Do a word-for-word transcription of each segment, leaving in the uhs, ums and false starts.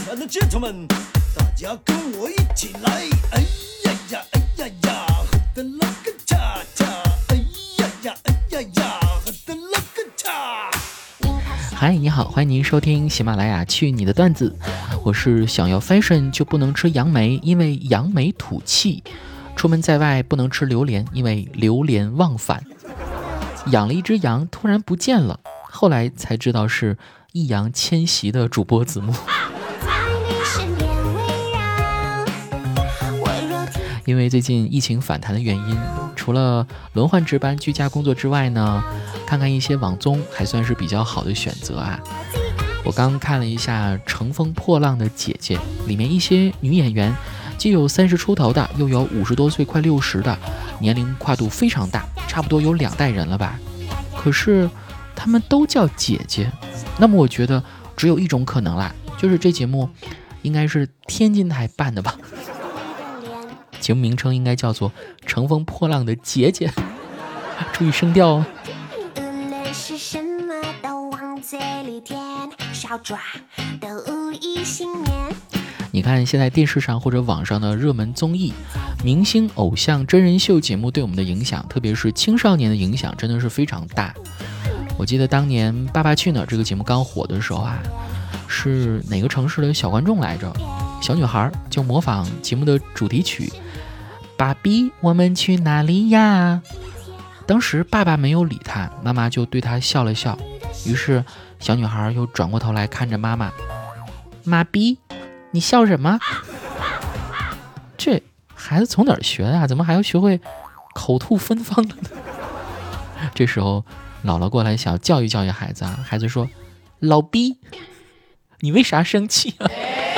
and gentlemen， 大家跟我一起来！哎呀呀，哎呀呀，喝的那个恰恰！哎呀呀，哎呀呀，喝的那个恰。 嗨，你好，欢迎您收听喜马拉雅去你的段子，我是想要 fashion 就不能吃杨梅，因为杨梅土气；出门在外不能吃榴莲，因为榴莲忘返。养了一只羊突然不见了，后来才知道是易烊千玺的主播子木。因为最近疫情反弹的原因，除了轮换值班居家工作之外呢，看看一些网综还算是比较好的选择啊。我刚看了一下《乘风破浪的姐姐》，里面一些女演员既有三十出头的，又有五十多岁快六十的，年龄跨度非常大，差不多有两代人了吧。可是她们都叫姐姐，那么我觉得只有一种可能啦，就是这节目应该是天津台办的吧。节目名称应该叫做《乘风破浪的姐姐》，注意声调哦。你看现在电视上或者网上的热门综艺、明星偶像真人秀节目对我们的影响，特别是青少年的影响真的是非常大。我记得当年《爸爸去哪儿》这个节目刚火的时候啊，是哪个城市的小观众来着？小女孩就模仿节目的主题曲，爸比我们去哪里呀？当时爸爸没有理他，妈妈就对他笑了笑，于是小女孩又转过头来看着妈妈，妈比你笑什么？这孩子从哪儿学的啊？怎么还要学会口吐芬芳了呢？这时候姥姥过来想教育教育孩子啊，孩子说，老逼你为啥生气啊？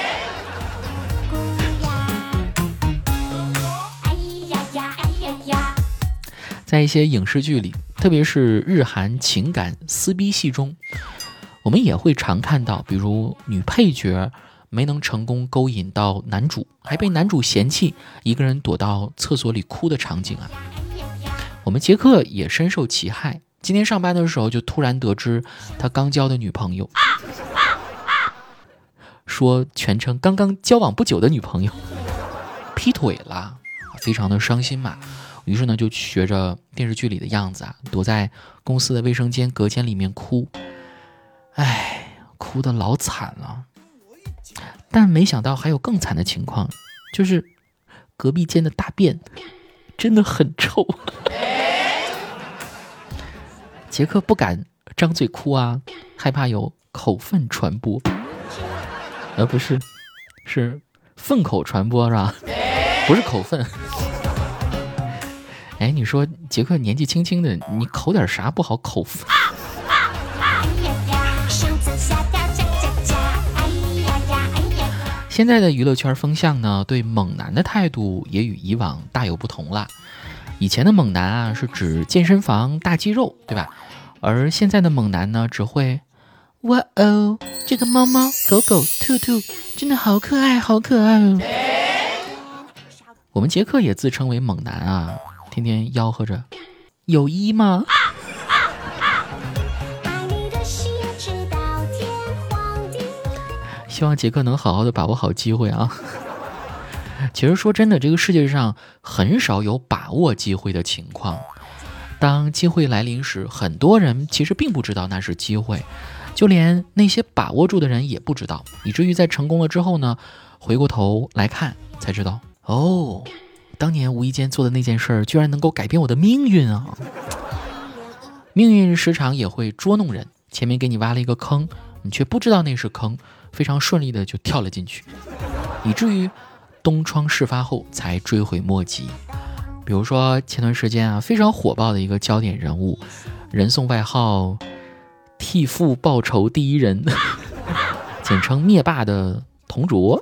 在一些影视剧里，特别是日韩情感撕逼戏中，我们也会常看到，比如女配角没能成功勾引到男主，还被男主嫌弃，一个人躲到厕所里哭的场景啊。我们杰克也深受其害，今天上班的时候就突然得知他刚交的女朋友，说全程刚刚交往不久的女朋友劈腿了，非常的伤心嘛。于是呢，就学着电视剧里的样子啊，躲在公司的卫生间隔间里面哭，哎，哭得老惨了。但没想到还有更惨的情况，就是隔壁间的大便真的很臭。杰克不敢张嘴哭啊，害怕有口粪传播，而不是是粪口传播是吧？不是口粪。哎，你说杰克年纪轻轻的，你口点啥不好口粪？现在的娱乐圈风向呢，对猛男的态度也与以往大有不同了。以前的猛男啊，是指健身房大肌肉，对吧？而现在的猛男呢，只会哇哦，这个猫猫狗狗兔兔真的好可爱，好可爱哦。我们杰克也自称为猛男啊，天天吆喝着有一吗？希望杰克能好好的把握好机会啊。其实说真的，这个世界上很少有把握机会的情况。当机会来临时，很多人其实并不知道那是机会，就连那些把握住的人也不知道，以至于在成功了之后呢，回过头来看才知道，哦，当年无意间做的那件事儿，居然能够改变我的命运啊！命运时常也会捉弄人，前面给你挖了一个坑，你却不知道那是坑，非常顺利的就跳了进去，以至于东窗事发后才追悔莫及。比如说前段时间啊，非常火爆的一个焦点人物，人送外号替父报仇第一人，简称灭霸的童卓。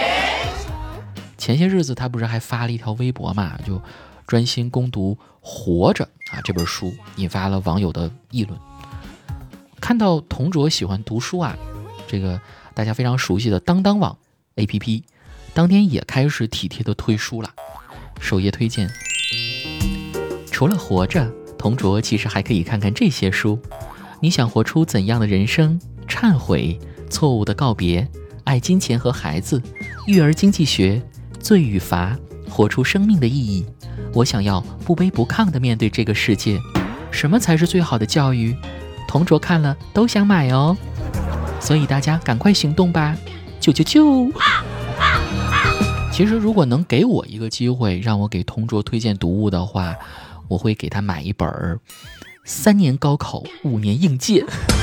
前些日子他不是还发了一条微博嘛，就专心攻读《活着》啊这本书，引发了网友的议论。看到童卓喜欢读书啊，这个大家非常熟悉的当当网 A P P 当天也开始体贴的推书了。首页推荐，除了《活着》，童卓其实还可以看看这些书。你想活出怎样的人生？忏悔、错误的告别、 爱金钱和孩子，育儿经济学，罪与罚，活出生命的意义。我想要不卑不亢地面对这个世界。什么才是最好的教育？同桌看了都想买哦，所以大家赶快行动吧！啾啾啾！其实如果能给我一个机会，让我给同桌推荐读物的话，我会给他买一本儿三年高考五年应届。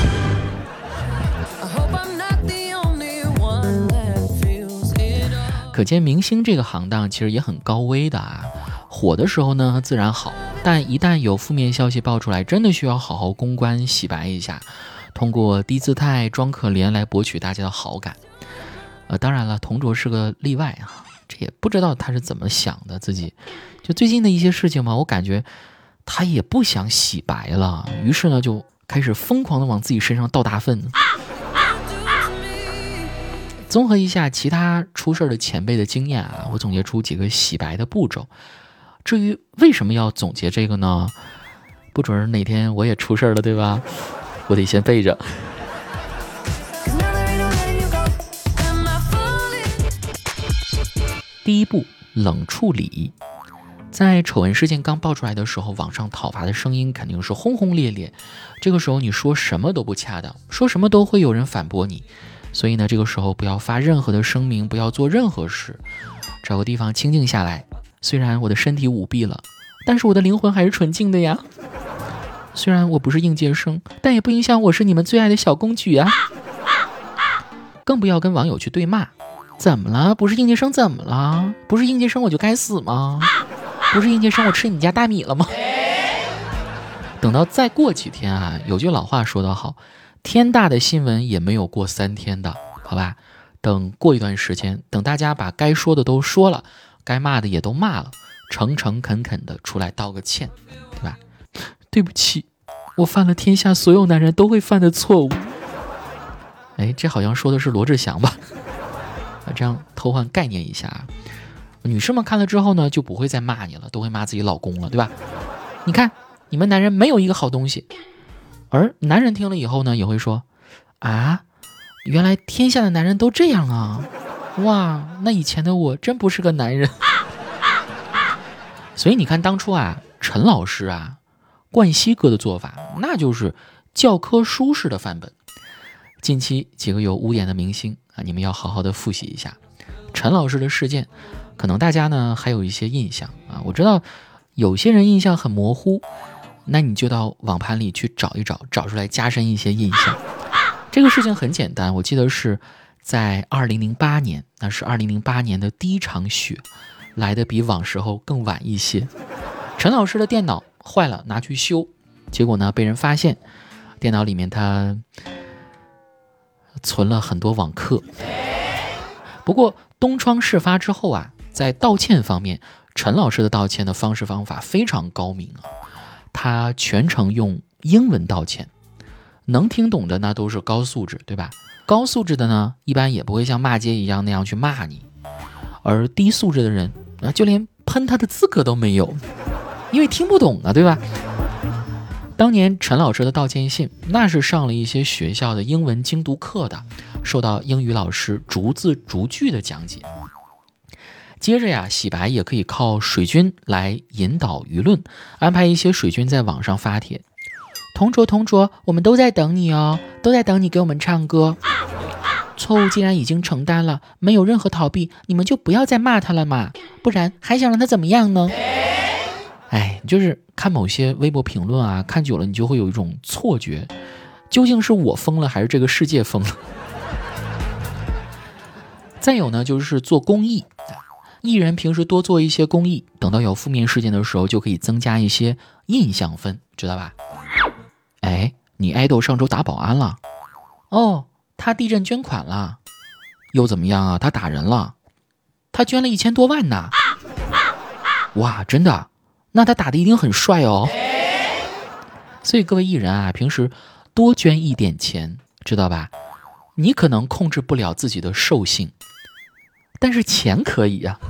可见明星这个行当其实也很高危的啊，火的时候呢自然好，但一旦有负面消息爆出来，真的需要好好公关洗白一下，通过低姿态装可怜来博取大家的好感。呃，当然了，同桌是个例外啊，这也不知道他是怎么想的，自己就最近的一些事情嘛，我感觉他也不想洗白了，于是呢就开始疯狂的往自己身上倒大粪。综合一下其他出事的前辈的经验啊，我总结出几个洗白的步骤。至于为什么要总结这个呢？不准哪天我也出事了，对吧？我得先备着。第一步，冷处理。在丑闻事件刚爆出来的时候，网上讨伐的声音肯定是轰轰烈烈，这个时候你说什么都不恰当，说什么都会有人反驳你，所以呢，这个时候不要发任何的声明，不要做任何事，找个地方清静下来。虽然我的身体舞弊了，但是我的灵魂还是纯净的呀。虽然我不是应届生，但也不影响我是你们最爱的小公举啊。更不要跟网友去对骂，怎么了？不是应届生怎么了？不是应届生我就该死吗？不是应届生我吃你家大米了吗？等到再过几天啊，有句老话说得好，天大的新闻也没有过三天的，好吧？等过一段时间，等大家把该说的都说了，该骂的也都骂了，诚诚恳恳的出来道个歉，对吧？对不起，我犯了天下所有男人都会犯的错误。哎，这好像说的是罗志祥吧？这样偷换概念一下，女士们看了之后呢，就不会再骂你了，都会骂自己老公了，对吧？你看，你们男人没有一个好东西。而男人听了以后呢，也会说啊，原来天下的男人都这样啊，哇，那以前的我真不是个男人。所以你看当初啊，陈老师啊，冠希哥的做法，那就是教科书式的范本。近期几个有污点的明星啊，你们要好好的复习一下陈老师的事件，可能大家呢还有一些印象啊，我知道有些人印象很模糊，那你就到网盘里去找一找，找出来加深一些印象。这个事情很简单，我记得是在二零零八年，那是二零零八年的第一场雪，来的比往时候更晚一些。陈老师的电脑坏了，拿去修，结果呢被人发现，电脑里面他存了很多网课。不过东窗事发之后啊，在道歉方面，陈老师的道歉的方式方法非常高明啊，他全程用英文道歉，能听懂的那都是高素质，对吧？高素质的呢，一般也不会像骂街一样那样去骂你，而低素质的人啊，就连喷他的资格都没有，因为听不懂啊，对吧？当年陈老师的道歉信，那是上了一些学校的英文精读课的，受到英语老师逐字逐句的讲解。接着呀，洗白也可以靠水军来引导舆论，安排一些水军在网上发帖，同桌同桌，我们都在等你哦，都在等你给我们唱歌。错误既然已经承担了，没有任何逃避，你们就不要再骂他了嘛，不然还想让他怎么样呢？哎，就是看某些微博评论啊，看久了你就会有一种错觉，究竟是我疯了还是这个世界疯了？再有呢，就是做公益，艺人平时多做一些公益，等到有负面事件的时候，就可以增加一些印象分，知道吧？哎，你爱豆上周打保安了，哦，他地震捐款了，又怎么样啊？他打人了，他捐了一千多万呢。哇，真的？那他打的一定很帅哦。所以各位艺人啊，平时多捐一点钱，知道吧？你可能控制不了自己的兽性，但是钱可以啊。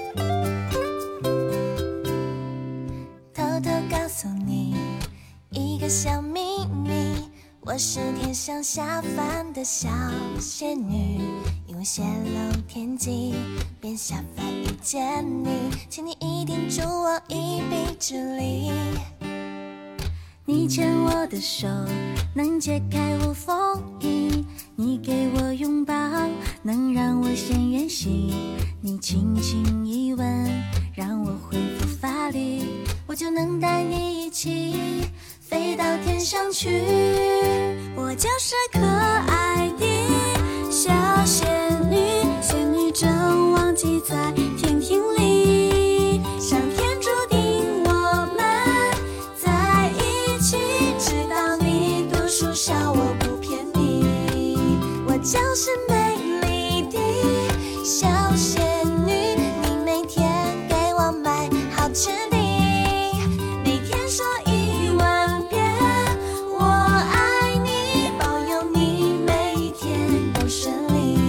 偷偷告诉你一个小秘密，我是天上下凡的小仙女，因为泄露天机，便下凡遇见你，请你一定助我一臂之力。你牵我的手，能解开我封印，你给我拥抱，能让我现原形，你轻轻一吻，让我恢复法力，我就能带你一起飞到天上去。我就是可爱的小仙女，仙女正忘记在天庭里，上天注定我们在一起，直到你读书少我不骗你。我就是美丽的小仙女，你每天给我买好吃的，每天说一万遍我爱你，保佑你每一天都顺利。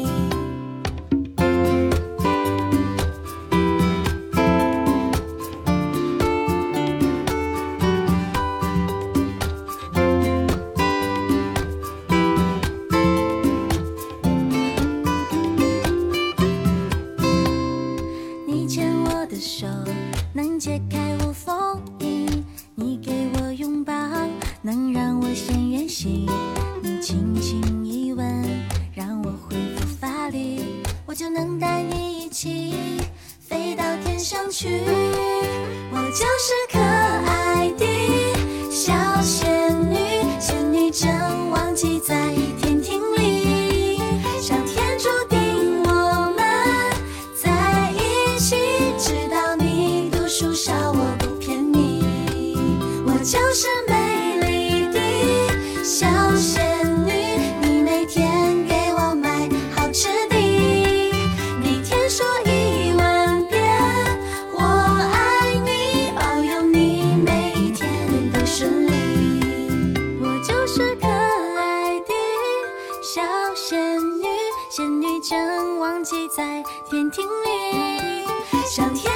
你牵我的手，能解开我封印，你给我拥抱，能让我现原形，你轻轻一吻，让我恢复法力，我就能带你一起飞到天上去。我就是可爱的小仙女，仙女正忘记在天庭里，上天注定我们在一起，直到你读书少我不骗你。我就是美丽的小仙女，你每天给我买好吃的，每天说一万遍我爱你，保佑你每一天都顺利。我就是可爱的小仙女，仙女正忘记在天庭里，上天